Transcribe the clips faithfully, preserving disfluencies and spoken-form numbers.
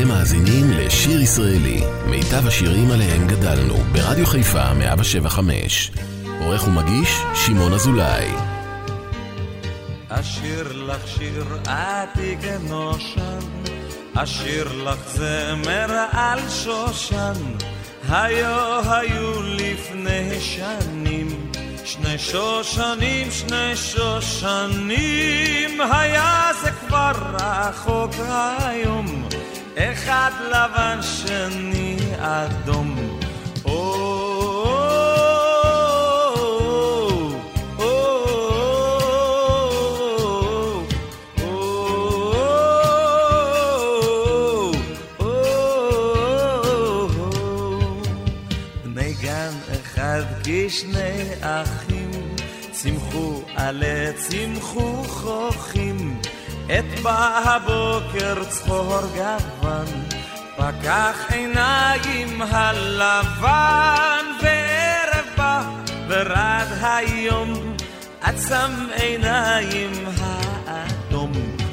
אתם מאזינים לשיר ישראלי, מיטב השירים עליהם גדלנו, ברדיו חיפה מאה שבע חמש. עורך ומגיש שמעון אזולאי. אשיר לך שיר עתיק נושן, אשיר לך זמר על שושן, היו היו לפני שנים, שני שושנים, שני שושנים, היה זה כבר רחוק היום, אחד לבן שני אדום. כשני אחים צמחו עלי צמחו חוכים, את בא הבוקר צחור גוון, פקח עיניים הלבן, וערב בא ורד היום, עצם עיניים האדום.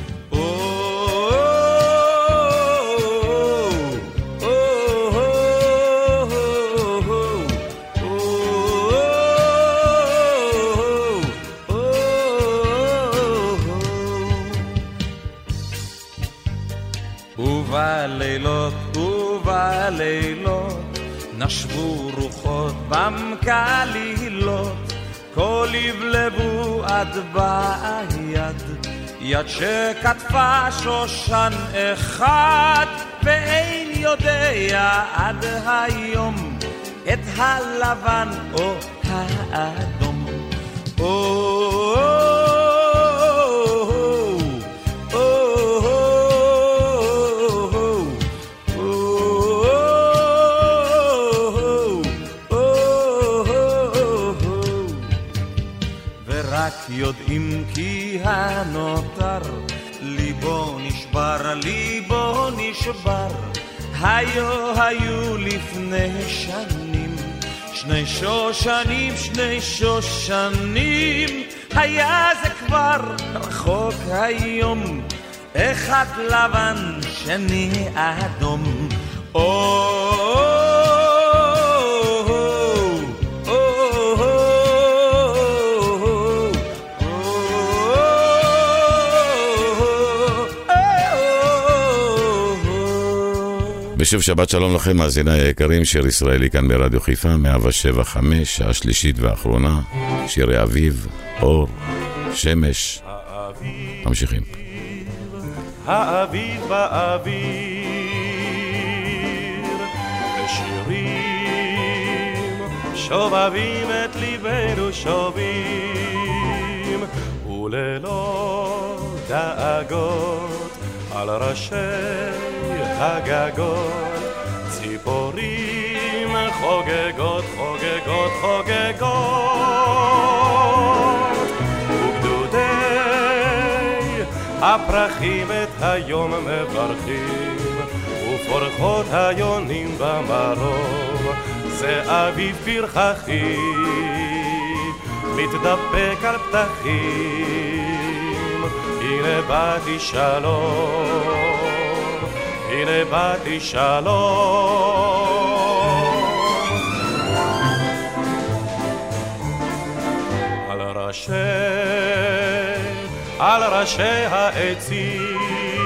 ובלילות ובלילות נשבו רוחות במקלילות, כל יבלבו עד ביד, יד שכתפה שושן אחד, ואין יודע עד היום את הלבן או האדום. או יודעים כי הנותר ליבו נשבר, ליבו נשבר, היו היו לפני שנים, שני שושנים, שני שושנים, היה זה כבר רחוק היום, אחד לבן שני אדום. או ושוב שבת שלום לכם מאזיני היקרים, שיר ישראלי כאן ברדיו חיפה מאה שבע חמש, השלישית והאחרונה, שירי אביב, אור, שמש. ממשיכים. האביב באוויר, בשירים שובבים את ליבנו שובים, וללא דאגות על ראשי הגגות ציפורים חוגגות, חוגגות, חוגגות, וגדודי הפרחים את היום מברכים, ופורחות היונים במרום, זה אביב פרחחי מתדפק על פתחים. הנה באתי שלום, הנה באתי שלום, על ראשי, על ראשי העצים,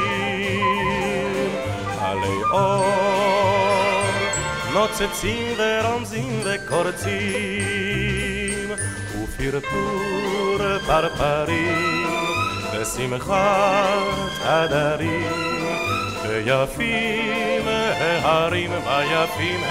עלי אור נוצצים ורומזים וקורצים, ופרפור פרפרים בשמחת הדרים, ויפים ההרים, ויפים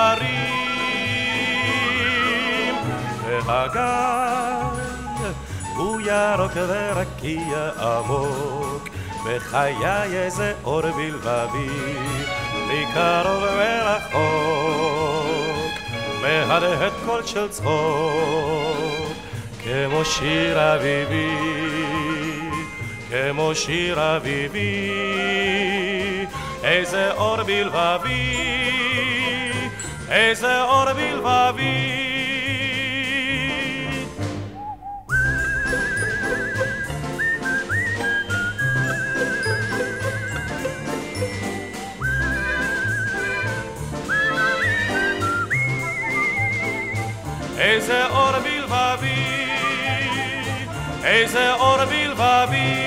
ההרים, והגן הוא ירוק ורקיע עמוק, בחיי איזה אור בלבבי, מקרוב מרחוק, מהדהד קול של צחוק, כמו שיר אביבי, כמו שיר אביבי, איזה אור בלבבי, איזה אור בלבבי. איזה אור בלבבי, איזה אור בלבבי.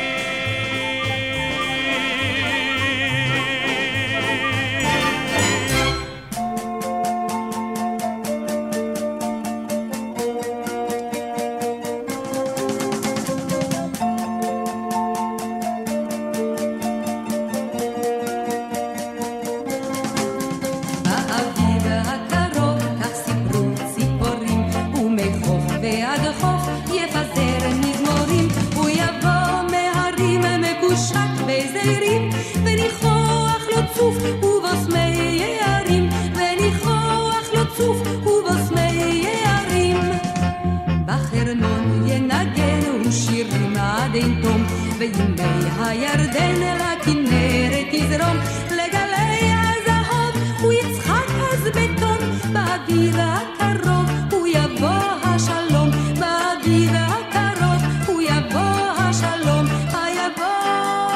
וימי הירדן אל הכנרת יזרום לגלי הזהוב הוא יצחק אז בטון באוויר הקרוב הוא יבוא השלום באוויר הקרוב הוא יבוא השלום היבוא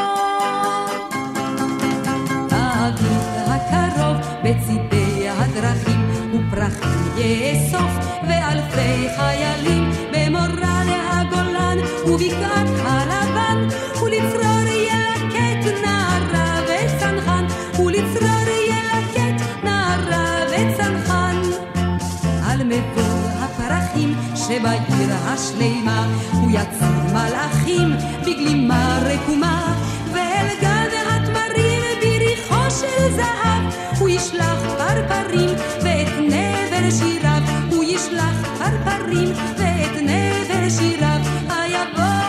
באוויר הקרוב בצידי הדרכים ופרחים יאסוף ואלפי חיילים במורה להגולן ובקעת הלבן ולצרור ילקט נערה וצנחן ולצרור ילקט נערה וצנחן על מבוא הפרחים שבעיר השלימה הוא יציר מלאכים בגלימה רקומה ואל גן התמרים בריחו של זהב הוא ישלח פרפרים ואת נבר שיריו הוא ישלח פרפרים ואת נבר שיריו היבוא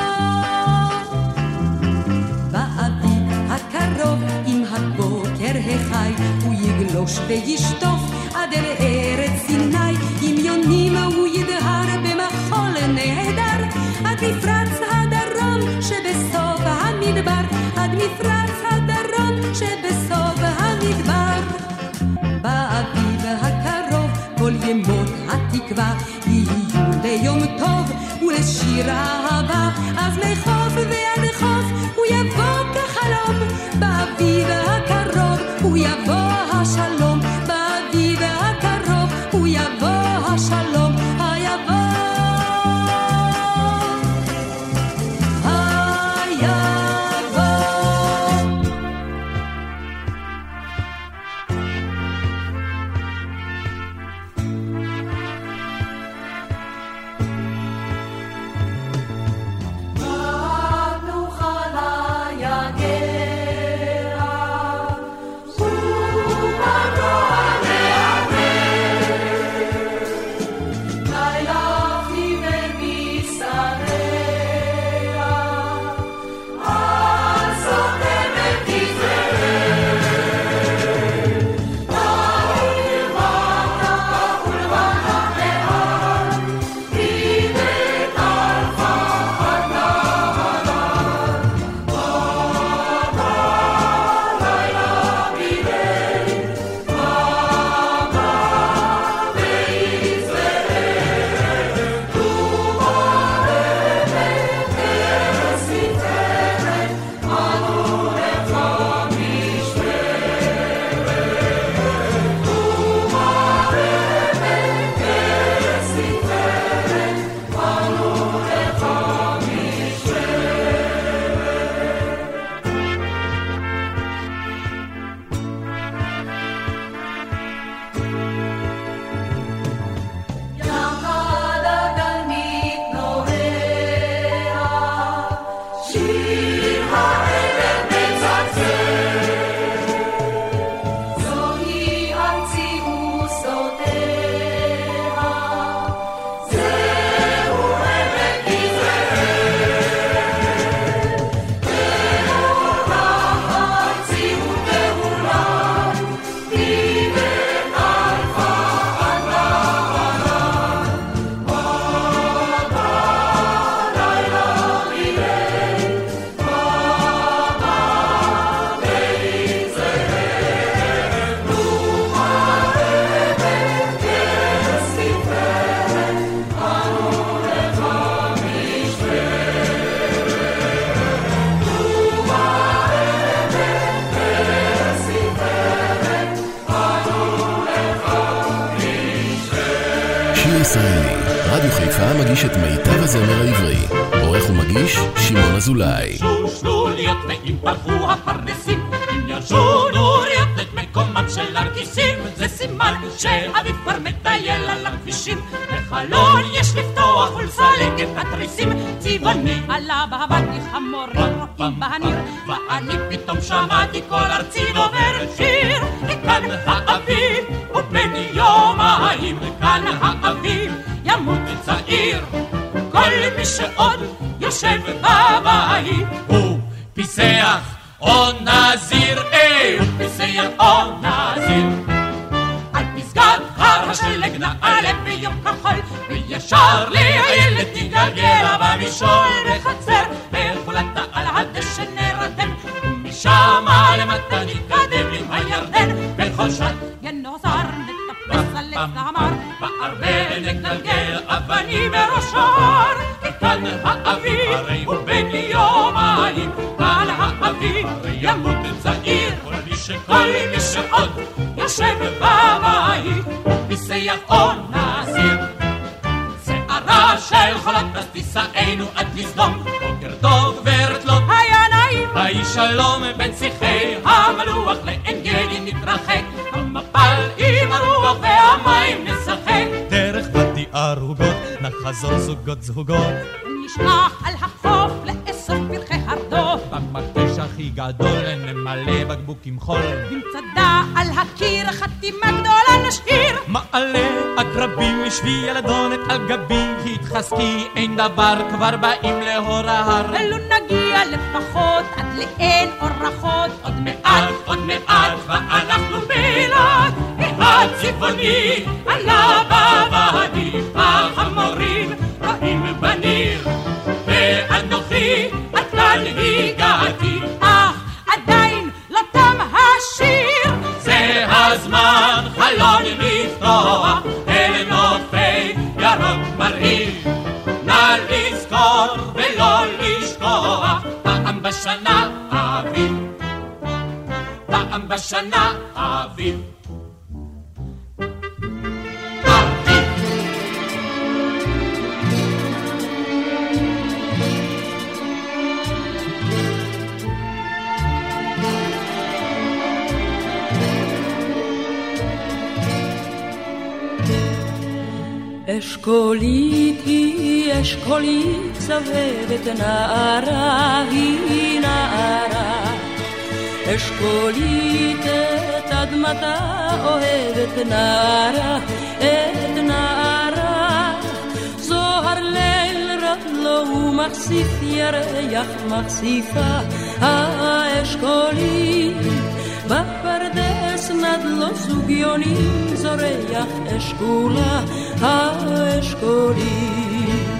עם הבוקר החי הוא יגלוש וישטוף עד אל ארץ סיני עם יונים הוא ידהר במחול נהדר עד מפרץ הדרום שבסוף המדבר עד מפרץ הדרום שבסוף המדבר באביב הקרוב כל ימות התקווה יהיו ליום טוב ולשיר אהבה אז מחוף ועד חוף הוא יבוא כחלום באביב הקרוב הוא יבוא השלום באביב הקרוב הוא יבוא השלום היבוא היבוא ישראלי. רדיו חיפה מגיש את מיטב הזמר העברי. עורך ומגיש שמעון אזולאי. שושנו להיות ואם פרחו הפרדסים, אם ירשו נוריות את מקומם של הרגיסים, זה סימן שאביב כבר מטייל על הכבישים. בחלון יש לפתוח ולסלק את התריסים, צבעוני עלה בהבתי חמורים רואים בהניר, ואני פתאום שמעתי כל ארצי דובר שיר. כאן האביב ובן יומיים, כאן האביב ימות צעיר. כל מי שעוד יושב בבית הוא פיסח או נזיר, אה, הוא פיסח או נזיר. על פסגת הר השלג נעלה ביום כחול, וישר לי הילד תגלגל במשול בחצר, בחולתה על הדשא נרדם, ומשם למטה נתקדם עם הירדן. בכל שעת גנוזר נטפס על המר, בערבה נגלגל אבנים בראשון. כאן האביב ובן יומיים, כאן האביב ימות צעיר. כל מי שעוד יושב בבית הוא פיסח או נזיר. שערה של חולת אז תישאנו עד לסדום, בוקר טוב גברת לא היה נעים, היי שלום בין שיחי המלוח לעין גדי נתרחק, המפל עם הרוח והמים נשחק. דרך בתי ארוגות נחזור זוגות זוגות, נשלח על החוף לאסוף פרחי הרדוף, במקדש הכי גדול נמלא בקבוקים חול, במצדה על הקיר חתימה גדולה נשאיר. מעלה עקרבים משבי ילדונת על גבי, התחזקי אין דבר כבר באים להור ההר, ולא נגיע לפחות עד לאין אורחות, עוד מעט עוד מעט ואנחנו בלעד. הצבעוני עלה בוואדי החמורים רואים בניר, ואנוכי עד כאן הגעתי, אך עדיין לא תם השיר. זה הזמן חלון לפתוח אל נופי ירוק מרהיב, נא לזכור ולא לשכוח, פעם בשנה אביב, פעם בשנה אביב. אשכולית היא אשכולית צוות נערה היא נערה, אשכולית את אדמתה אוהבת נערה את נערה. זוהר ליל רדלו ומחשיף ירח מחשיפה האשכולית, בפרדס נדלו סוגיונים זורח אשכולה האשכולית.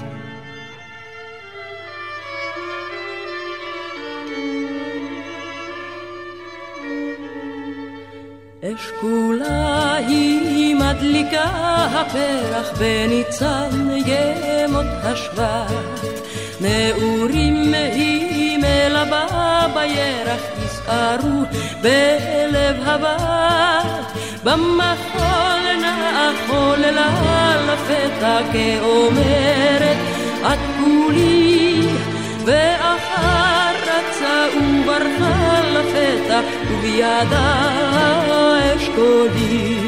אשכולה היא מדליקה הפרח בניצן ימות השבט, נעורים היא מלבה בירח יסערו בלב הבת, במחול נאכוללה לפתע כאומרת את כולי, ואחר רצה וברחה לפתע ובידה אשכולי.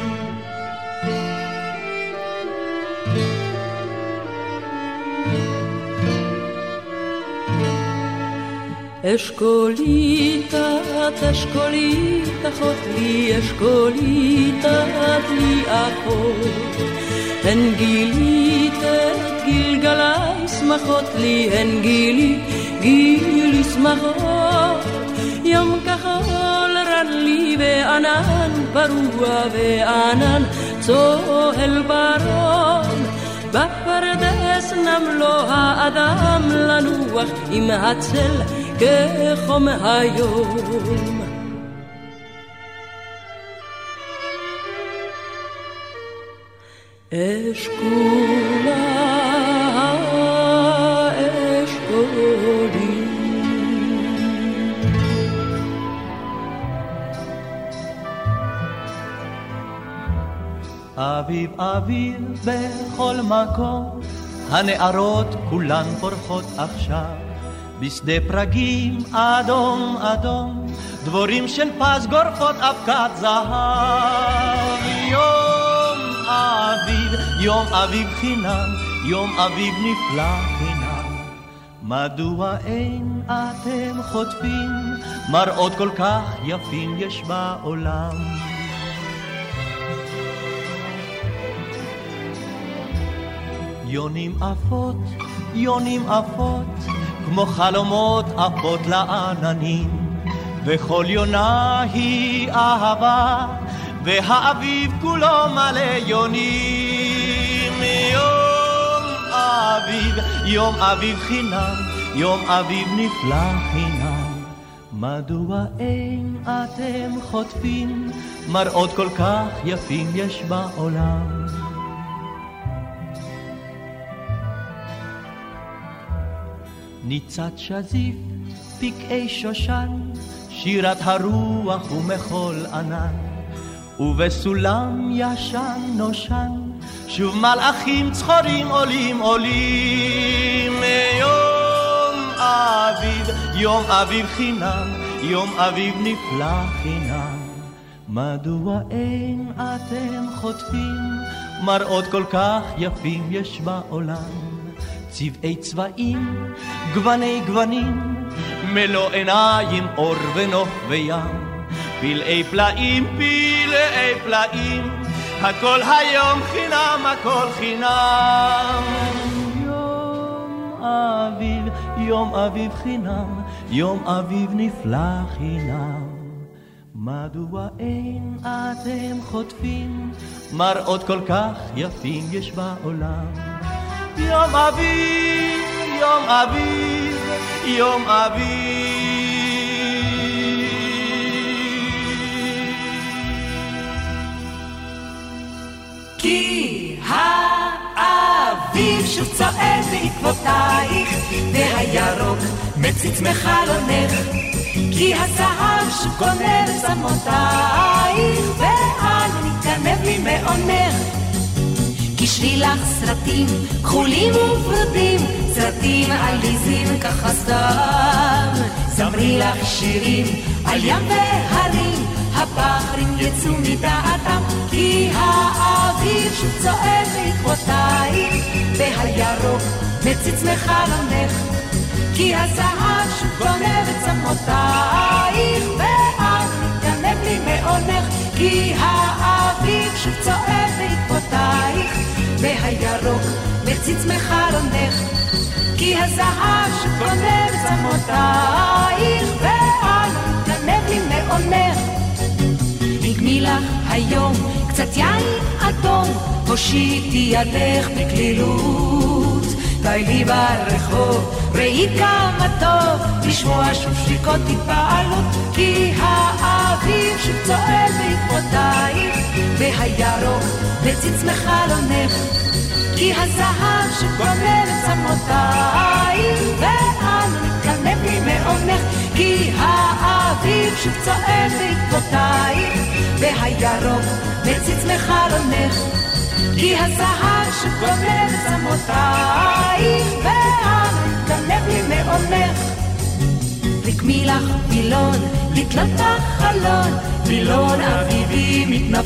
אשכולית את אשכולית אחות לי, אשכולית את לי אחות, הן גילית את גלגלי שמחות לי, הן גילי גילי שמחות. יום כחול רן לי וענן פרוע וענן צוהל ברון, בפרדס נמלו האדם לנוח עם הצל כחום היום. אשכולה אשכולי. אביב אביב בכל מקום, הנערות כולן פורחות עכשיו, בשדה פרגים אדום אדום, דבורים של פז גורפות אבקת זהב. יום אביב, יום אביב חינם, יום אביב נפלא חינם. מדוע אין אתם חוטפים, מראות כל כך יפים יש בעולם. יונים עפות, יונים עפות, כמו חלומות עפות לעננים, וכל יונה היא אהבה, והאביב כולו מלא יונים. יום אביב, יום אביב חינם, יום אביב נפלא חינם. מדוע אין אתם חוטפים, מראות כל כך יפים יש בעולם. ניצת שזיף, פקעי שושן, שירת הרוח ומחול ענן, ובסולם ישן נושן, שוב מלאכים צחורים עולים עולים. יום אביב, יום אביב חינם, יום אביב נפלא חינם. מדוע אין אתם חוטפים, מראות כל כך יפים יש בעולם. צבעי צבעים, גווני גוונים, מלוא עיניים, אור ונוף וים, פלאי פלאים, פלאי פלאים, הכל היום חינם, הכל חינם. יום אביב, יום אביב חינם, יום אביב נפלא חינם. מדוע אין אתם חוטפים, מראות כל כך יפים יש בעולם. יום אביב, יום אביב, יום אביב. כי האביב שוב צועד בעקבותייך, והירוק מציץ מחלונך, כי הזהב שוב גונב צמותייך, ואני מתגנב לי מעונך. כי שלילך סרטים כחולים ופרודים, סרטים עליזים ככה סתם, זמרי לך שירים על ים והרים, הפחרים יצאו מדעתם. כי האביב שוב צועד בעקבותייך, והירוק מציץ מחלונך, כי הזהב שוב גונב את צמותייך, ואני מתגנב לי מעונך. כי האביב שוב צועד בעקבותייך, והירוק מציץ מחלונך, כי הזהב שוב גונב את צמותייך, ואני מתגנב לי מעונך. נגמי לך היום קצת יין אדום, הושיטי ידך בקלילות, די לי ברחוב, ראי כמה טוב, לשמוע שוב שריקות התפעלות. כי האביב שוב צועד בעקבותייך, והירוק מציץ מחלונך, כי הזהב שוב גונב את צמותייך, ואני מתגנב לי מעונך. כי האביב שוב צועד בעקבותייך, והירוק מציץ מחלונך, כי הזהב שוב גונב את צמותייך, ואני מתגנב לי מעונך. רקמי לך וילון, לתלות בחלון, וילון אביבי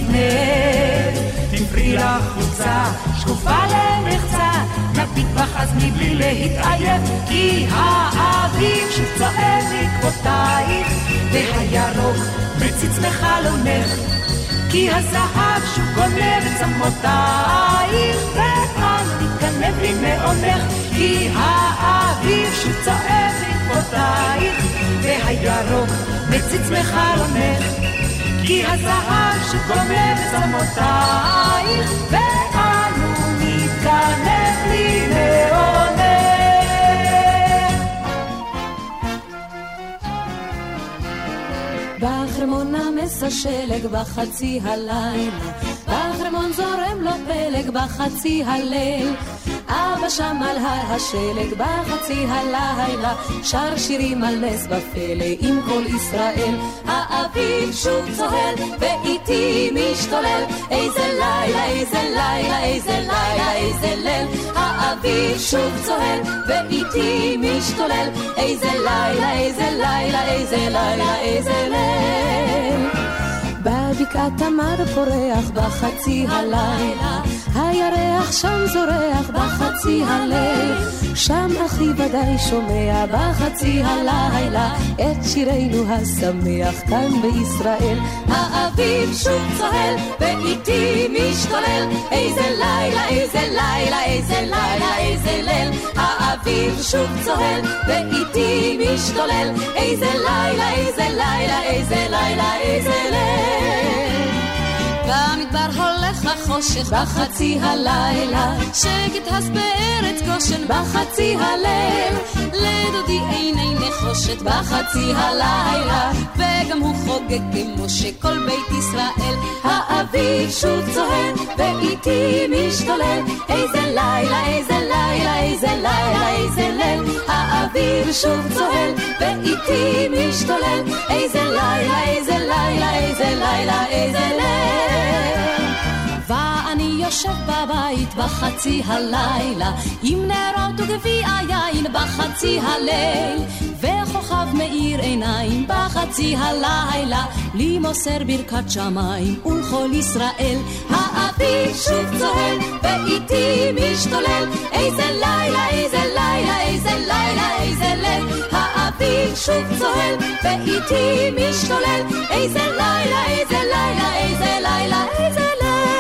מתנפנף, תפרי לך חולצה שקופה למחצה, נביט בך אז מבלי להתעייף. כי האביב שוב צועד בעקבותייך, והירוק מציץ מחלונך, כי הזהב שוב גונב את צמותייך, ואני מתגנב לי מעונך. כי האביב שוב צועד בעקבותייך, והירוק מציץ מחלונך, כי הזהב שוב גונב את צמותייך, ואנו מתגנב לי מעונך. בחרמון נמס השלג בחצי הלילה, בחרמון זורם לו פלג בחצי הליל, אבא שם על הר השלג בחצי הלילה, שר שירים על נס בפלא עם כל ישראל. האביב שוב צוהל ואיתי משתולל, איזה לילה, איזה לילה, איזה לילה, איזה ליל. האביב שוב צוהל ואיתי משתולל, איזה לילה, איזה לילה, איזה לילה, איזה ליל. בבקעת תמר פורח בחצי הלילה, הירח שם זורח בחצי הליל, שם אחי ודאי שומע בחצי הלילה את שירנו השמח כאן בישראל. האביב שוב צוהל ואיתי משתולל, איזה לילה, איזה לילה, איזה לילה, איזה ליל. האביב שוב צוהל ואיתי משתולל, איזה לילה, איזה לילה, איזה לילה, איזה ליל. במדבר הולך החושך בחצי הלילה, שקט הס בארץ גושן בחצי הליל. לדודי עיני נחושת בחצי הלילה, וגם הוא חוגג כמו שכל בית ישראל. האביב שוב צוהל ואיתי משתולל, איזה לילה, איזה לילה, איזה לילה, איזה ליל. האביב שוב צוהל ואיתי משתולל, איזה לילה, איזה לילה, איזה לילה, איזה ליל. ואני יושב בבית בחצי הלילה, עם נרות וגביע יין בחצי הליל, וכוכב מאיר עיניים בחצי הלילה, לי מוסר ברכת שמיים ולכל ישראל. האביב שוב צוהל ואיתי משתולל, איזה לילה, איזה לילה, איזה לילה, איזה ליל. האביב שוב צוהל ואיתי משתולל, איזה לילה, איזה לילה, איזה לילה, איזה ליל.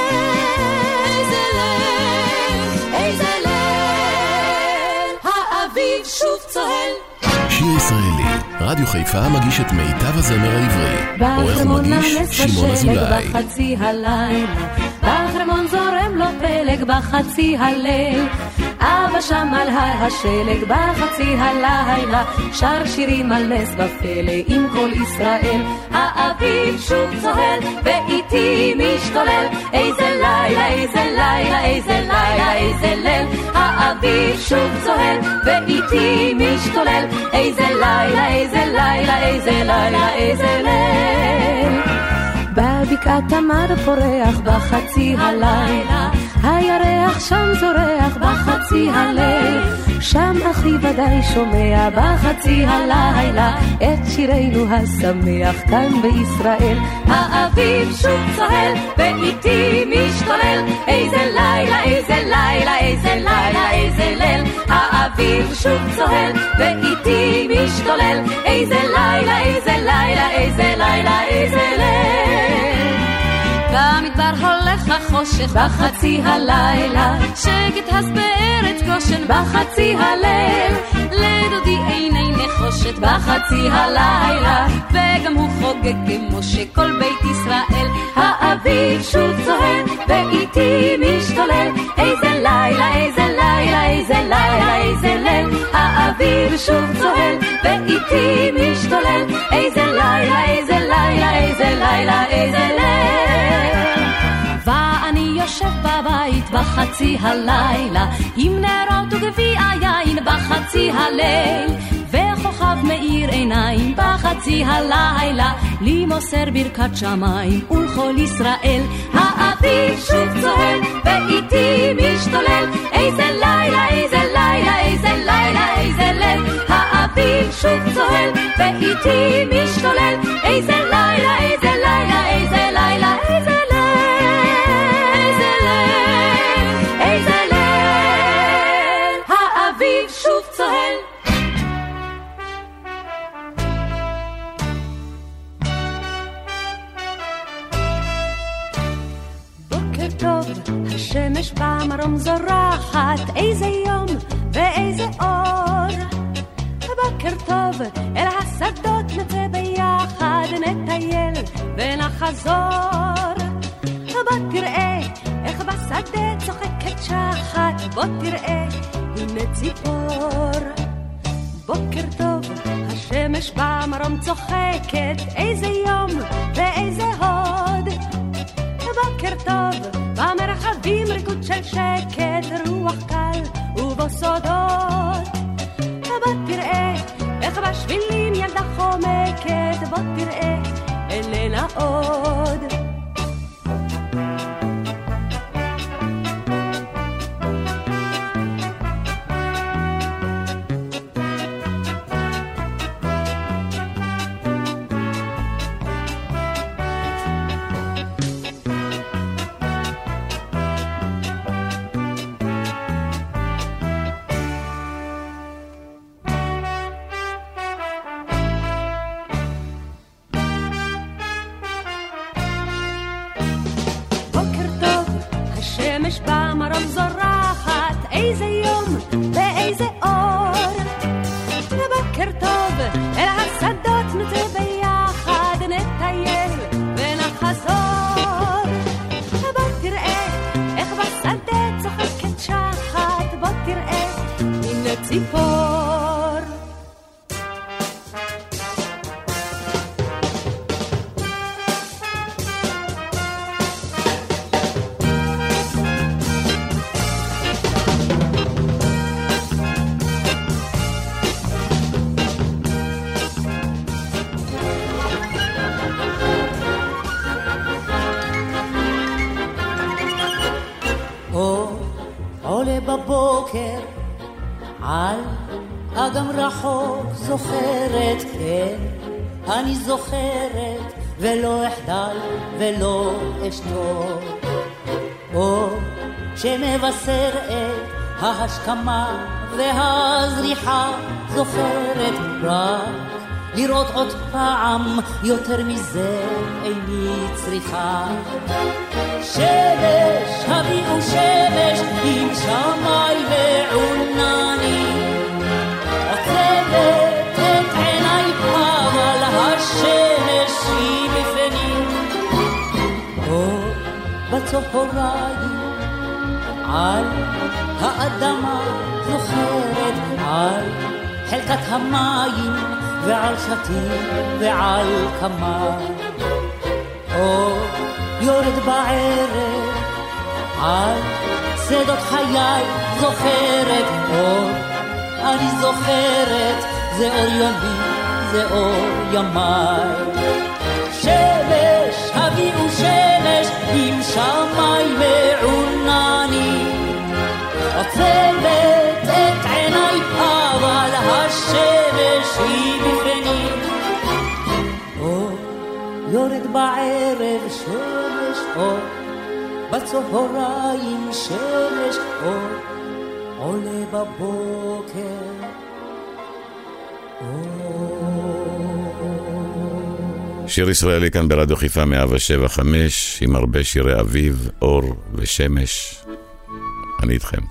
שוב צוהל. שיר ישראלי, רדיו חיפה מגיש את מיטב הזמר העברי. עורך ומגיש שמעון אזולאי. בחצי הלילה, בחרמון זורם לו פלג בחצי הליל, אבא שם על הר השלג בחצי הלילה, שר שירים על נס בפלא עם כל ישראל. האביב שוב צוהל ואיתי משתולל, איזה לילה, איזה לילה, איזה לילה, איזה ליל. האביב שוב צוהל ואיתי משתולל, איזה לילה, איזה לילה, איזה לילה, איזה ליל. בבקעת תמר פורח בחצי הלילה, הירח שם זורח בחצי הליל, שם אחי ודאי שומע בחצי הלילה את שירנו השמח כאן בישראל. האביב שוב צוהל ואיתי משתולל, איזה לילה, איזה לילה, איזה לילה, איזה ליל. האביב שוב צוהל ואיתי משתולל, איזה לילה, איזה לילה, איזה לילה, איזה ליל. במדבר הולך החושך בחצי הלילה, שקט הס בארץ גושן בחצי הליל. לדודי עיני נחושת בחצי הלילה, וגם הוא חוגג כמו שכל בית ישראל. האביב שוב צוהל ואיתי משתולל, איזה לילה, איזה לילה, איזה לילה, איזה ליל. האביב שוב צוהל ואיתי משתולל, איזה לילה, איזה לילה, איזה לילה, איזה ליל. ואני יושב בבית בחצי הלילה, עם נרות וגביע יין בחצי הליל, וכוכב מאיר עיניים בחצי הלילה, לי מוסר ברכת שמיים ולכל ישראל. האביב שוב צוהל ואיתי משתולל, איזה לילה, איזה לילה, איזה לילה, איזה ליל. האביב שוב צוהל ואיתי משתולל, איזה לילה, איזה לילה, איזה לילה, איזה ליל. שוב צוהל. בוקר טוב, השמש במרום זורחת, איזה יום ואיזה אור. בוקר טוב, אל השדות נצא ביחד, נטייל ונחזור. בוא תראה איך בשדה צוחקת שחת, בוא תראה הנה ציפור. בוקר טוב, השמש במרום צוחקת, איזה יום ואיזה הוד. בוקר טוב, במרחבים ריקוד של שקט, רוח קל ועוד. במרום זורחת, איזה יום ואיזה אור. בוקר טוב, אל השדות נצא ביחד, נטייל ונחזור. בוא תראה איך בשדה צוחקת שחת, בוא תראה הנה ציפור. בבוקר על אגם רחוק זוכרת, כן, אני זוכרת ולא אחדל ולא אשתוק. או שמבשר את ההשכמה והזריחה, זוכרת רק לראות עוד פעם, יותר מזה איני צריכה. שמש, הביאו שמש עם שמי ועונני, עוצבת את עיניי אבל השמש היא בפנים. או בצהריים על האדמה, זוכרת על חלקת המים ועל שתים ועל כמה. או יורד בערב על שדות חיי, זוכרת אור, אני זוכרת, זה אור יומי, זה אור ימי. שמש, הביאו שמש עם שמי ועונני, עוצבת את עיניי אבל השמש היא בפנים. אור יורד בערב שמש אור, בצהריים שמש אור, עולה בבוקר אור. שיר ישראלי כאן ברדיו חיפה מאה ושבע חמש, עם הרבה שירי אביב, אור ושמש. אני איתכם.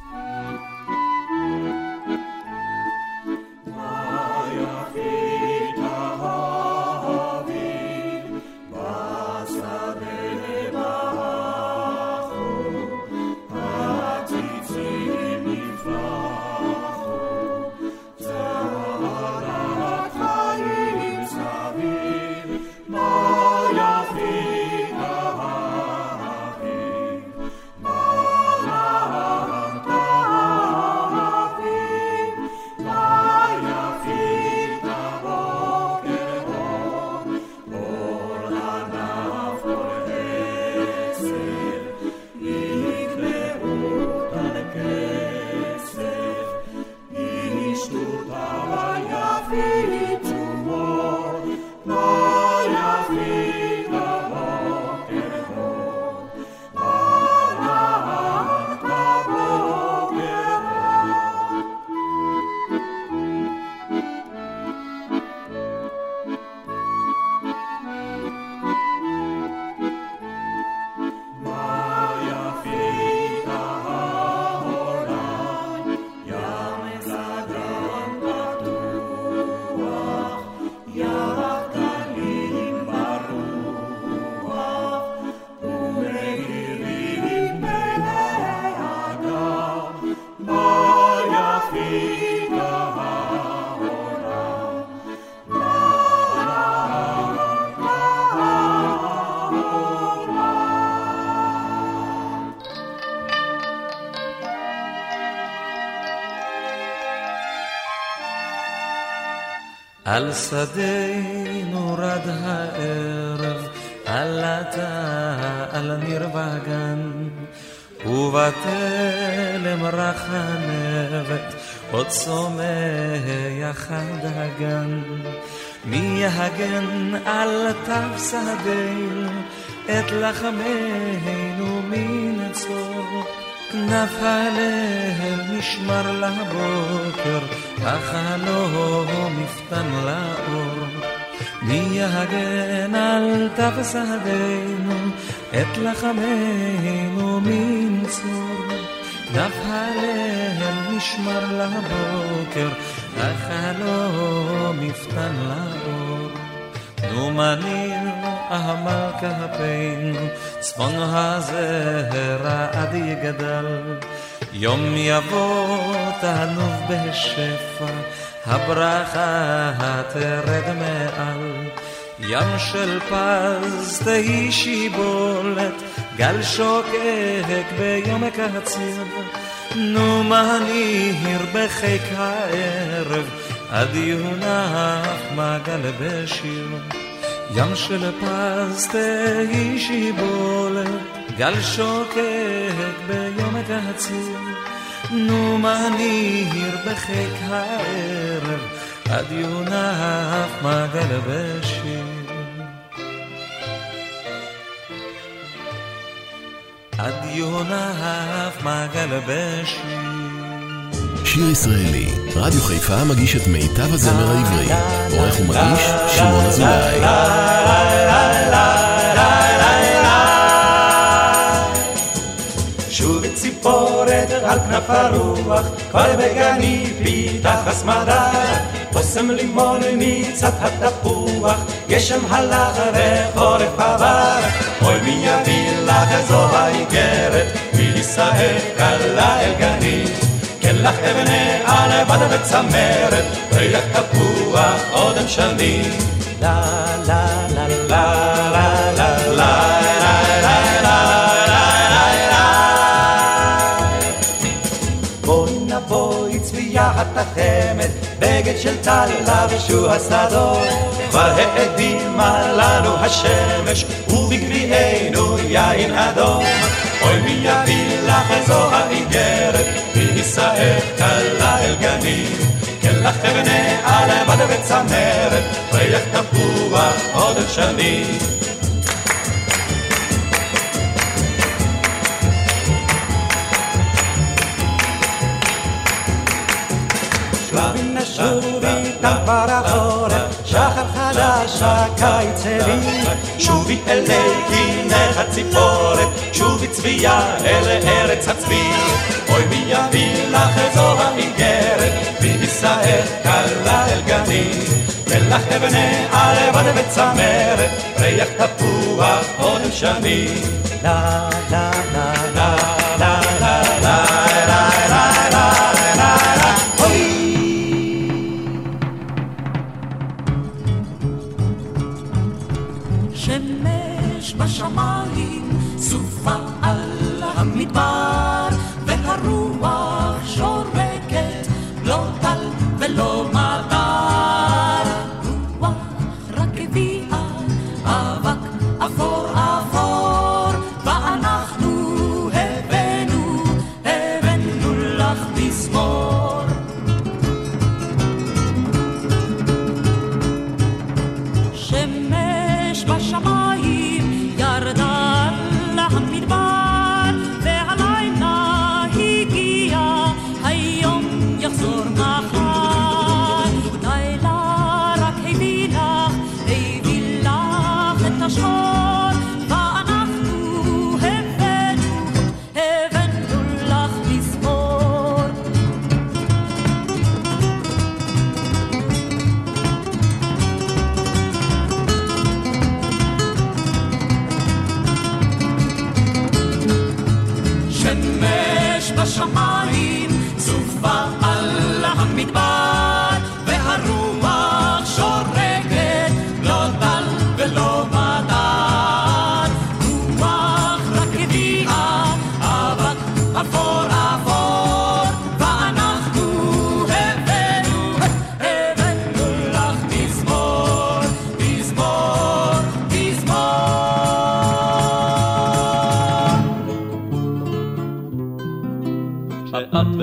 על שדנו רד הערב, עלתה על ניר וגן, ובתלם רך הנבת, עוד צומח הדגן. מי יהגן על תו שדנו, את לחמנו מן צור. כנף הלב נשמר לבוקר, החלום מפתן לאור. מי יהגן על תו שדנו, את לחמנו מן צור. כנף הלב נשמר לבוקר, החלום מפתן לאור. נו מניר אהמל כפינו, צפון הזרע עד יגדל. יום יבוא תענוב בשפע, הברכה תרד מעל. ים של פז תהי שיבולת, גל שוקק ביום קציר. נו מניר בחיק הערב, עד יונח מגל בשיר. ים של פז תהי שיבולת, גל שוקק ביום קציר. נו מניר בחיק הערב, עד יונח מגל בשיר. עד יונח מגל בשיר. שיר ישראלי, רדיו חיפה מגיש את מיטב הזמר העברי. עורך ומגיש שמעון אזולאי. שוב ציפורת על כנף הרוח, כבר בגני פיתח הסמדה. בושם לימון מצד התפוח, גשם הלך וחורף עבר. אוי מי יביא לך זו האיגרת, מישראל קלה אל גני. כן לך אבני על בד וצמרת, ריח תפוח עודם שני. לה לה לה לה לה לה לה התחמת, בגד של טל לבשו השדות. כבר האדימה לנו השמש, ובגביענו יין אדום. אוי מי יביא לך זו האיגרת, מישראל קלה אל גני. כן לך אבני על בד וצמרת, ריח תפוח עודם שני. שובי כבר החורף, שחר חדש הקיץ הביא. שובי אלי כנך הציפורת, שובי צביה אל ארץ הצבי. אוי מי יביא לך זו האיגרת, מישראל קלה אל גני. מלח אבני על בד וצמרת, ריח תפוח עודם שני. לה לה לה לה לה לה לה לה לה. בשמיים סופה על המדבר, והרוח שורקת, לא טל ולא מטר. רוח רק הביאה אבק אפור אפור, ואנחנו הבאנו, הבאנו לך מזמור. שמש בשמיים ירדה למדבר, והלילה הגיע, היום יחזור מחר. לילה רק הביא לך, הביא לך את השחור, ואנחנו הבאנו, הבאנו לך מזמור. שמש בשמיים צופה על המדבר, והרוח שורקת, לא טל ולא מטר. רוח רק הביאה אבק אפור אפור, ואנחנו הבאנו, הבאנו לך מזמור, מזמור, מזמור.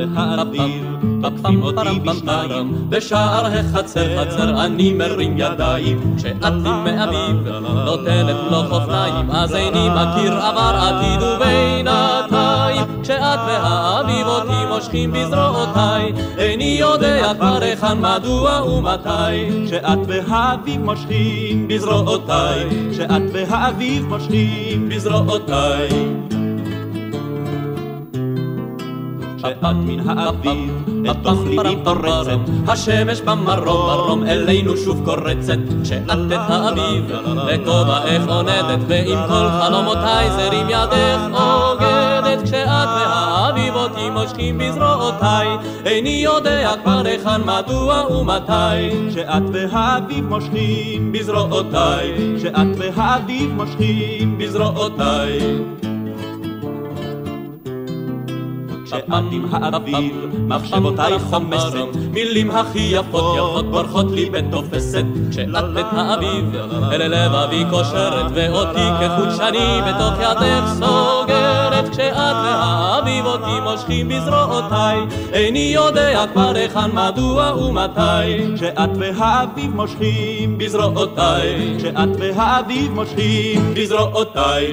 והאביב תוקפים אותי בשניים, בשער החצר חצר אני מרים ידיים, כשאת עם אביב נותנת לו חופניים, אז איני מכיר עבר עתיד ובינתיים, כשאת והאביב אותי מושכים בזרועותיי, איני יודע כבר היכן מדוע ומתי, כשאת והאביב מושכים בזרועותיי, כשאת והאביב מושכים בזרועותיי. כשאת מן האביב בתוך ליבי פורצת, השמש במרום מרום אלינו שוב קורצת, כשאת את האביב בכובעך עונדת, ועם כל חלומותיי זרים ידך אוגדת, כשאת והאביב אותי מושכים בזרועותיי, איני יודע כבר היכן מדוע ומתי, כשאת והאביב מושכים בזרועותיי, כשאת והאביב מושכים בזרועותיי. כשאת עם האביב מחשבותיי חומסת, מילים הכי יפות יפות בורחות לי בתופסת, כשאת את האביב אל לבבי קושרת, ואותי כחוט שני בתוך ידך סוגרת, כשאת והאביב אותי מושכים בזרועותיי, איני יודע כבר היכן מדוע ומתי, כשאת והאביב מושכים בזרועותיי, כשאת והאביב מושכים בזרועותיי.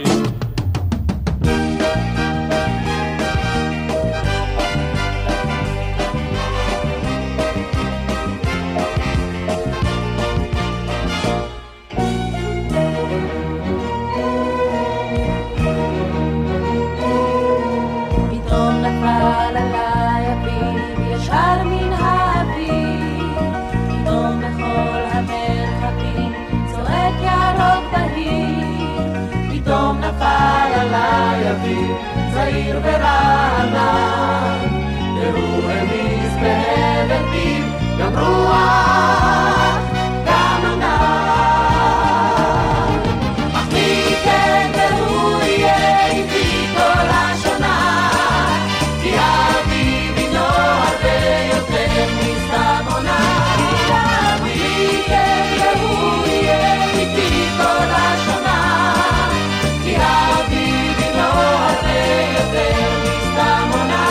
צעיר ורענן, והוא המיס בהבל פיו, גם רוח, גם ענן. אך מי ייתן והוא יהיה איתי כל השנה, כי האביב אינו הרבה יותר מסתם עונה. מי ייתן והוא יהיה איתי כל השנה, כי האביב אינו הרבה יותר מסתם עונה.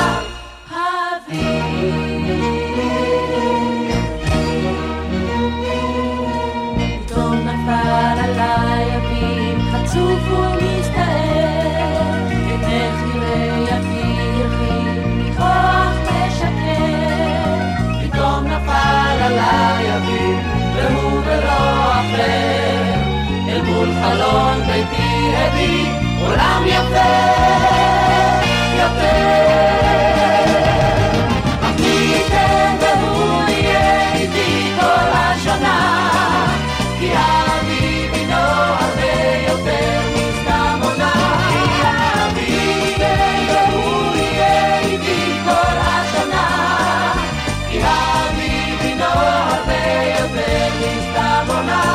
פתאום נפל עליי אביב חצוף ומסתער, אתך תראה יפי ירחי מכוח משקר. פתאום נפל עליי אביב והוא ולא אחר, אל מול חלון ביתי הביט עולם יפה יותר. אך מי ייתן והוא יהיה איתי כל השנה, כי האביב אינו הרבה יותר מסתם עונה. מי ייתן והוא יהיה איתי כל השנה, כי האביב אינו הרבה יותר מסתם עונה.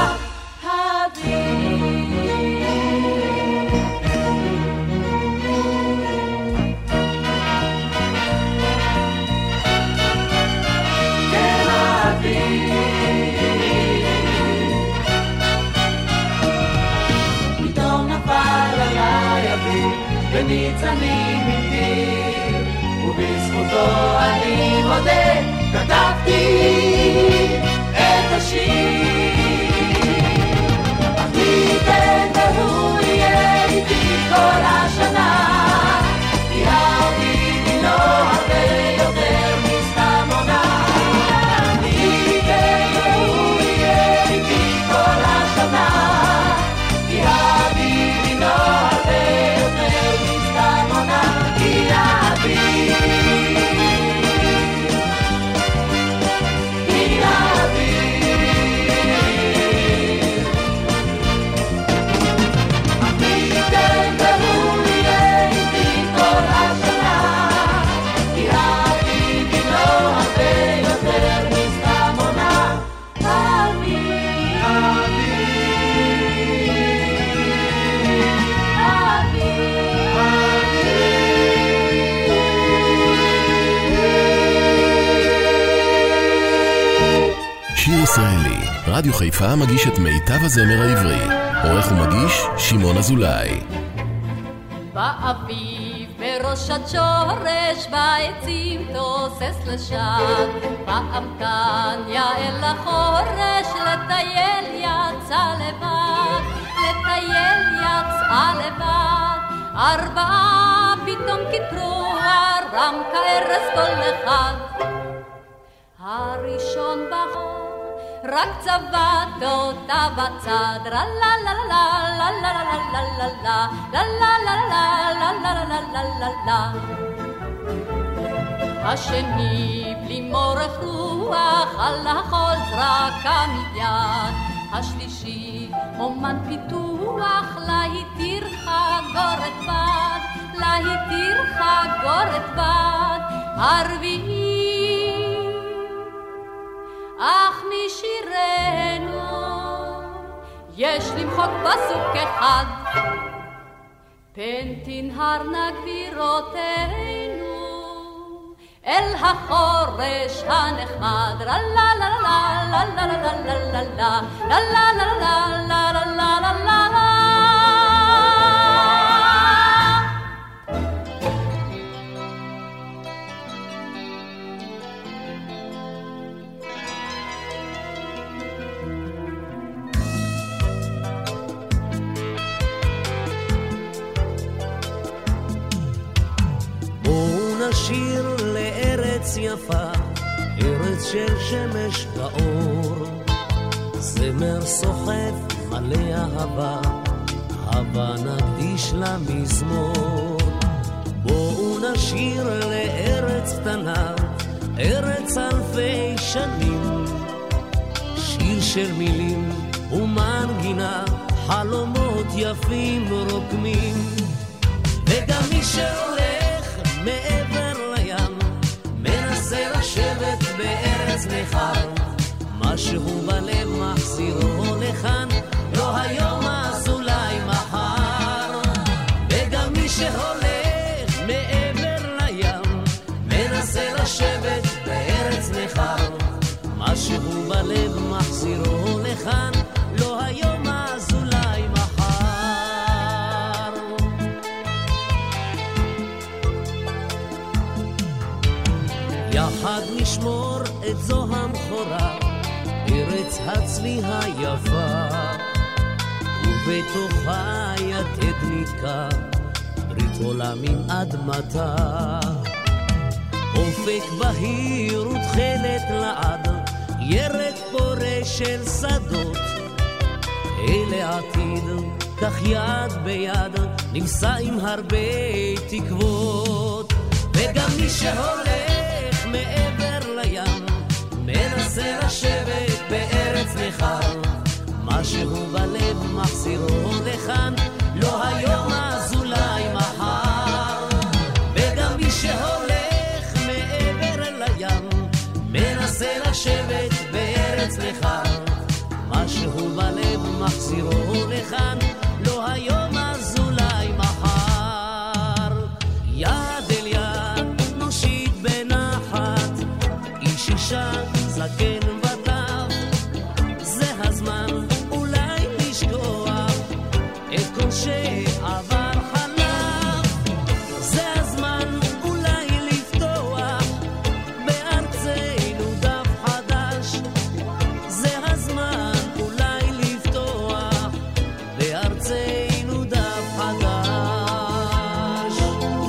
וניצנים איתי, ובזכותו אני מודה, כתבתי את השיר. אך מי ייתן והוא יהיה איתי כל השנה, כי האביב אינו הרבה יותר מסתם עונה. מי ייתן והוא יהיה איתי כל השנה, כי האביב אינו הרבה יותר מסתם עונה. כי האביב, כי האביב, מי ייתן והוא יהיה איתי כל השנה, כי האביב אינו הרבה יותר מסתם עונה. האביב, שיר ישראלי, רדיו חיפה מגיש את מיטב הזמר העברי. עורך ומגיש שמעון אזולאי. באביב בראש השורש בעצים תוסס לשד פעם טניה אל החורש לטייל יצא לבד לטייל יצאה לבד ארבעה פתאום כתרו הרם כארז כל אחד הראשון בחור רק צבט אותה בצד לה לה לה לה לה לה לה לה לה לה לה לה לה לה לה לה השני בלי מורך רוח על החול זרקה מיד השלישי אומן פיתוח להיטיר חגורת בד להיטיר חגורת בד הרביעי אך משירנו יש למחוק פסוק אחד פן תנהרנה גבירותינו אל החורש הנחמד לה לה לה לה לה לה לה לה לה לה לה לה לה לה לה לה נשיר לארץ יפה, ארץ של שמש ואור, זמר סוחף מלא אהבה, אהבה נקדיש למזמור. בואו נשיר לארץ קטנה, ארץ אלפי שנים, שיר של מילים ומנגינה, חלומות יפים רוקמים. וגם מי שהולך מעבר לים מנסה לשבת בארץ נכר, משהו בלב מחזירו לכאן, לא היום אז אולי מחר. וגם מי שהולך מעבר לים מנסה לשבת בארץ נכר, משהו בלב מחזירו לכאן, לא היום אז אולי מחר. יחד נשמור את זו המחורה, ארץ הצבי היפה, ובתוכה יתד נתקע, ברית עולם עם אדמתה. אופק בהיר ותחלת לעד, ירק פורה של שדות, אלה עתיד, כך יד ביד, נמסע עם הרבה תקוות. וגם מי שהולך מעבר לים מנסה לשבת בארץ נכר, משהו בלב מחזירו לכאן, לא היום אז אולי מחר. וגם מי שהולך מעבר לים מנסה לשבת בארץ נכר, משהו בלב מחזירו לכאן, לא היום אז אולי מחר. יד אל יד נושיט בנחת, איש אישה זקן וטף, זה הזמן אולי לשכוח את כל שעבר חלף, זה הזמן אולי לפתוח בארצנו דף חדש, זה הזמן אולי לפתוח בארצנו דף חדש.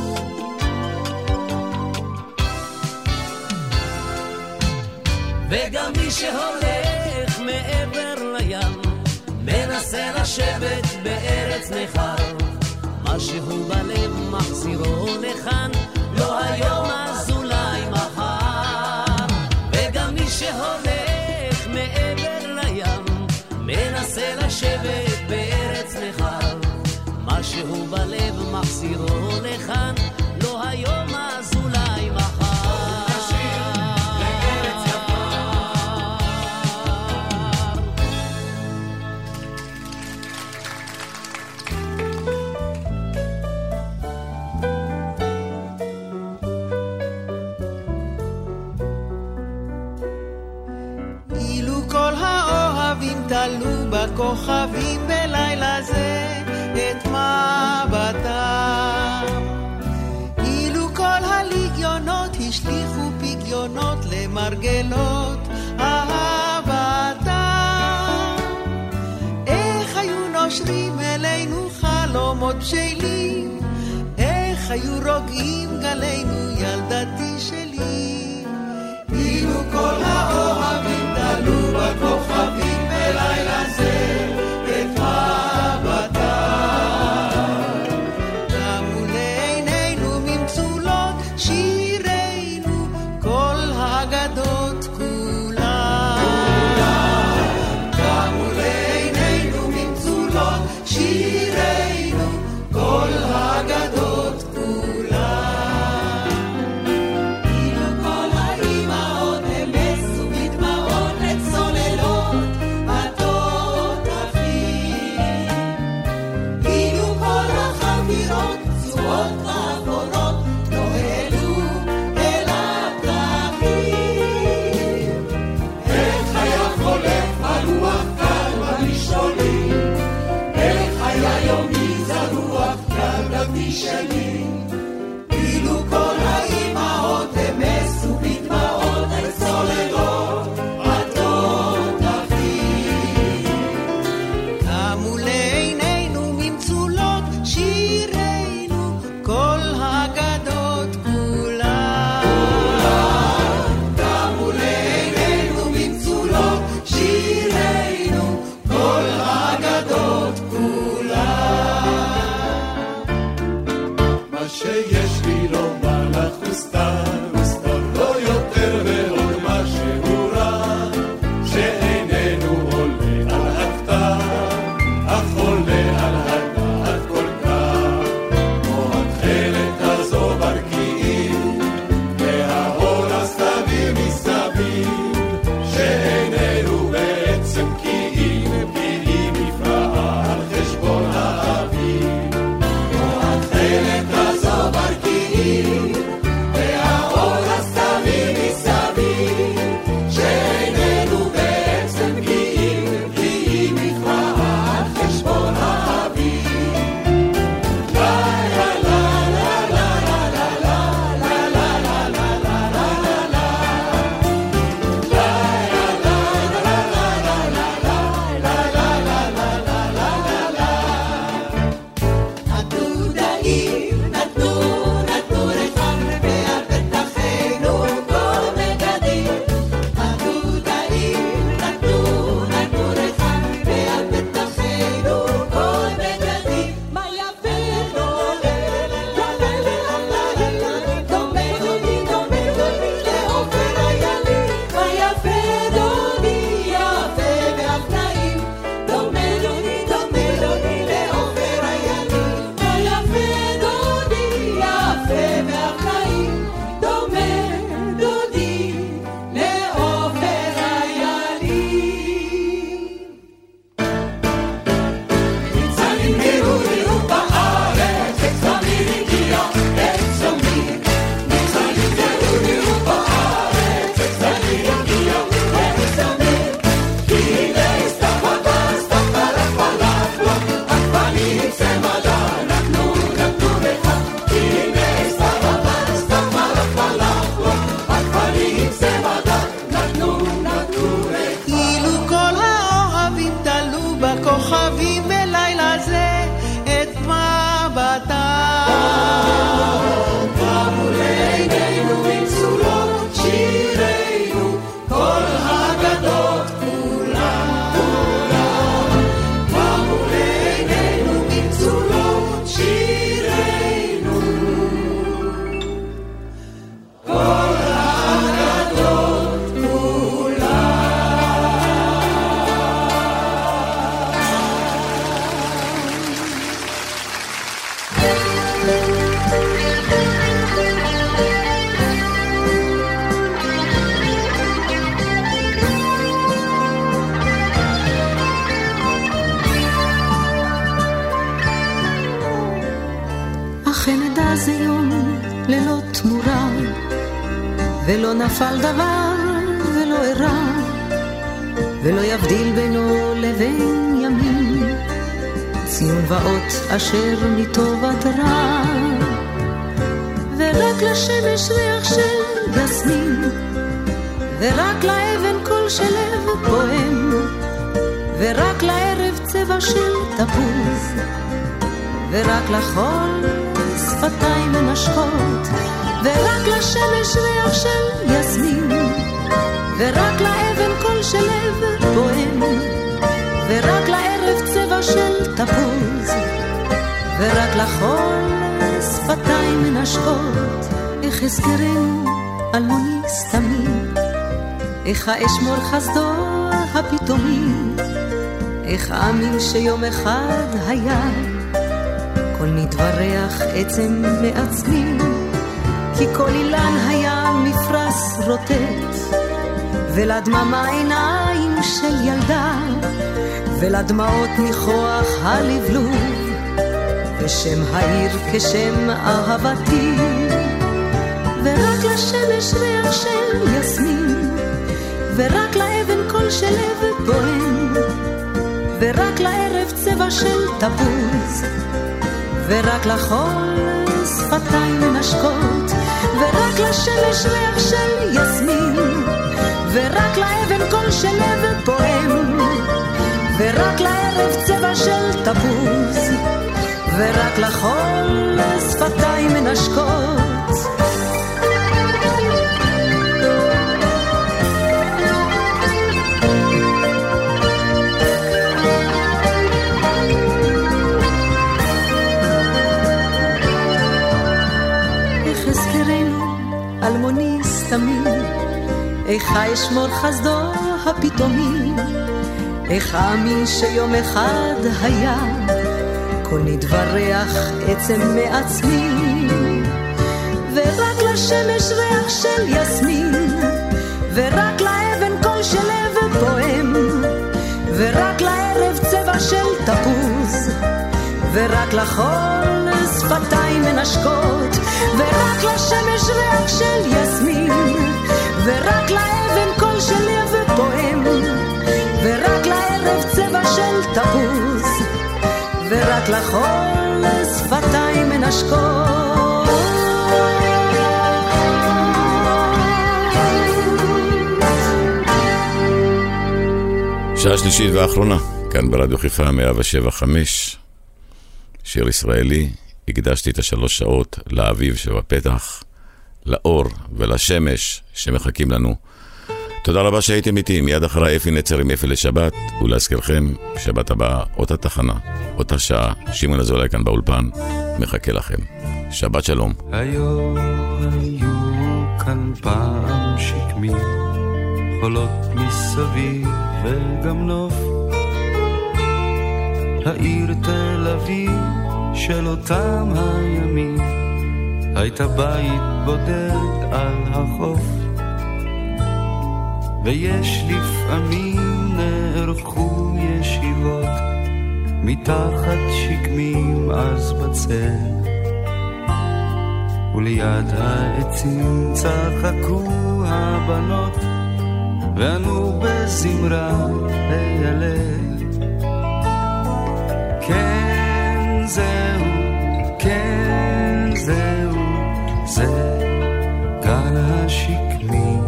וגם מי שהולך מעבר לים מנסה לשבת בארץ נכר, משהו בלב מחזירו לכאן, לא היום אז אולי מחר. וגם מי שהולך מעבר לים מנסה לשבת בארץ נכר, משהו בלב מחזירו לכאן, לא היום אז אולי מחר. תלו בכוכבים בלילה זה את מבטם, מרגלות אהבתה. איך היו נושרים אלינו חלומות בשלים, איך היו רוגעים גלינו ילדתי שלי. אילו כל האוהבים תלו בכוכבים בלילה זה את מבטה. קמו לעינינו ממצולות שירינו כל האגדות כולן. קמו לעינינו ממצולות שירינו כל האגדות כולן. אילו כל האימהות המסו בדמעות את צוללות התותחים, אילו כל החבירות צורות ועבורות לא העלו אל הפרחים. איך היה חולף הרוח קל במשעולים, איך היה יומי זרוח ילדתי שלי. אילו כל האימהות המסו בדמעות את צוללות התותחים. קמו לעינינו ממצולות שירינו כל האגדות כולן. קמו לעינינו ממצולות שירינו כל האגדות כולן. מה שיש לי לומר לך הוא סתם, הוא סתם לא יותר ועוד משהו רע, שאיננו עולה על הכתב, אך עולה על הדעת כל כך. כמו התכלת הזו ברקיעים, והאור הסתיו מסביב, שאיננו בעצם קיים, פגיעים מפרעה על חשבון האביב. כמו התכלת הזו ברקיעים, והאור הסתיו מסביב, שאיננו בעצם פגיעים, פגיעים מפרעה על חשבון האביב. לה לה לה לה לה לה לה לה לה לה לה לה הדודאים נתנו נתנו ריחם ועל פתחנו כל בגדים. הדודאים נתנו נתנו ריחם ועל פתחנו כל בגדים. מה יפה דומה דומה דודי דומה דודי לעופר איילי. מה יפה דודי יפה ואף נעים, דומה דודי דומה דודי לעופר איילי. מה יפה דודי יפה ואף נעים, דומה דודי לעופר איילי. ניצנים הרהרו בארץ, את זמיר הגיע את זמיר. ניצנים הרהרו בארץ, את זמיר הגיע את זמיר. כי הנה סתיו הבא, סתיו פלח פלח לו, הכבלים צמדה נתנו נתנו לך. כי הנה סתיו הבא, סתיו פלח פלח לו, הכבלים צמדה נתנו נתנו לך. אילו כל האוהבים תלו בכוכבים בלילה זה את מבטם. קמו לעינינו מצולות שירינו כל האגדות כולן. קמו לעינינו מצולות שירינו כל האגדות אכן נדע זה יום ללא תמורה, ולא נפל דבר ולא אירע, ולא יבדיל בינו לבין ימים, ציון ואות אשר מטוב עד רע. ורק לשמש ריח של גסמים, ורק לאבן קול של לב פועם, ורק לערב צבע של תפוז, ורק לחול שפתיים מנשקות, ורק לשמש ריח של יסמין, ורק לאבן קול של לב פועם, ורק לערב צבע של תפוז, ורק לחול שפתיים מנשקות. איך אזכרנו אלמוני סתמים, איך אשמור חסדו הפתאומי, איך אאמין שיום אחד היה כל נתברך עצם מעצמי, כי כל אילן היה מפרס רוטט, ולדממה עיניים של ילדה, ולדמעות ניחוח הלבלוב, ושם העיר כשם אהבתי, ורק לשמש ריח של יסמין, ורק לאבן קול של לב פועם, ורק לערב צבע של תפוז, ורק לחול שפתיים מנשקות, ורק לשמש ריח של יסמין, ורק לאבן קול של לב פועם, ורק לערב צבע של תפוז, ורק לחול שפתיים מנשקות. איך אזכרנו אלמוני סתמים, איך אשמור חסדו הפתאומי, איך אאמין שיום אחד היה כל נתברך עצם מעצמי, ורק לשמש ריח של יסמין, ורק לאבן קול של לב פועם, ורק לערב צבע של תפוז, ורק לחול שפתיים מנשקות, ורק לשמש ריח של יסמין, ורק לאבן קול של לב פועם, ורק לערב צבע של תפוז, ורק לחול שפתיים מנשקות. שעה שלישית ואחרונה, כאן ברדיו חיפה מאה שבע חמש, שיר ישראלי. הקדשתי את השלוש שעות לאביב שבפתח, לאור ולשמש שמחכים לנו. תודה רבה שהייתם איתי. מיד אחרי אפי נצר עם אפי לשבת, ולהזכירכם, שבת הבאה, אותה תחנה, אותה שעה, שמעון אזולאי כאן באולפן, מחכה לכם. שבת שלום. היום היו כאן פעם שקמי, חולות מסביב וגם נוף, העיר תל אביב של אותם הימים, הייתה בית בודד על החוף, ויש לפעמים נערכו ישיבות מתחת שקמים אז בצל, וליד העצים צחקו הבנות וענו בזמרה להלל, כן זהו, כן זהו, זה גן השקמים.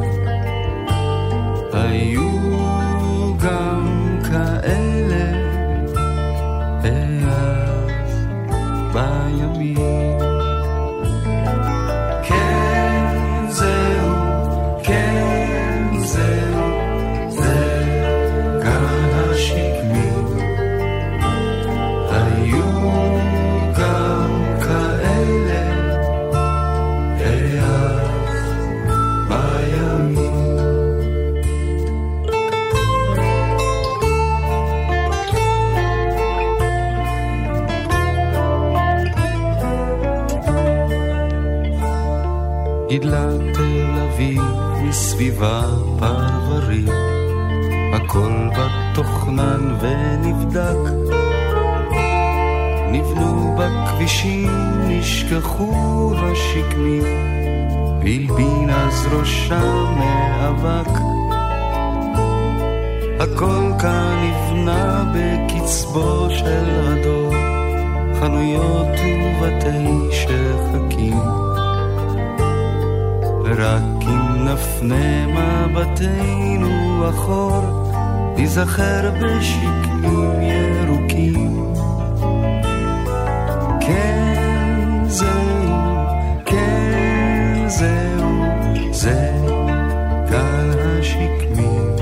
היו גם כאלה אז בימים, כן זהו, כן זהו, זה גן השקמים. היו גם כאלה אז בימים. גידלה תל אביב מסביבה פרברים, הכל בתוכנן ונבדק, נבנו בכבישים, נשכחו השקמים, והלבין אז ראשם מאבק, הכל כאן נבנה בקצבו של הדור, חנויות ובתי שחקים, ורק אם נפנה מבטנו אחור, ניזכר בשקמים ירוקים. כן זהו, כן זהו, זה גל השקמים.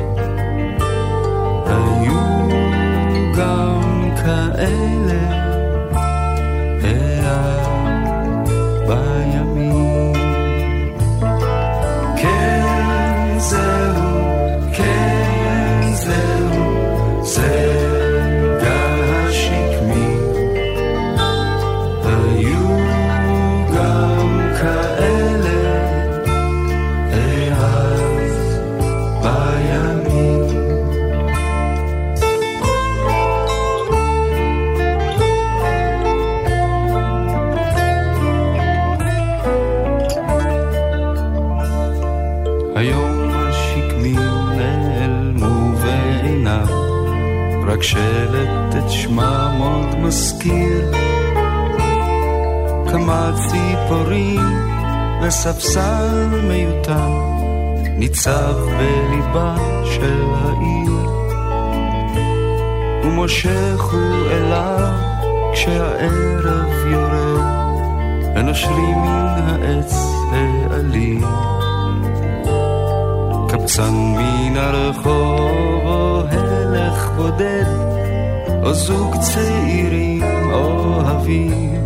היו גם כאלה בימים. כן זהו, כן זהו, זה גל השקמים. היו גם כאלה אז בימים. היום השקמים נעלמו ועיניו, רק שלט את שמם עוד מזכיר. כמה ציפורים וספסל מיותר ניצב בליבה של העיר, ומושך הוא אליו כשהערב יורד, ונושרים מן העץ העלים. קבצן מן הרחוב או הלך בודד, או זוג צעירים אוהבים,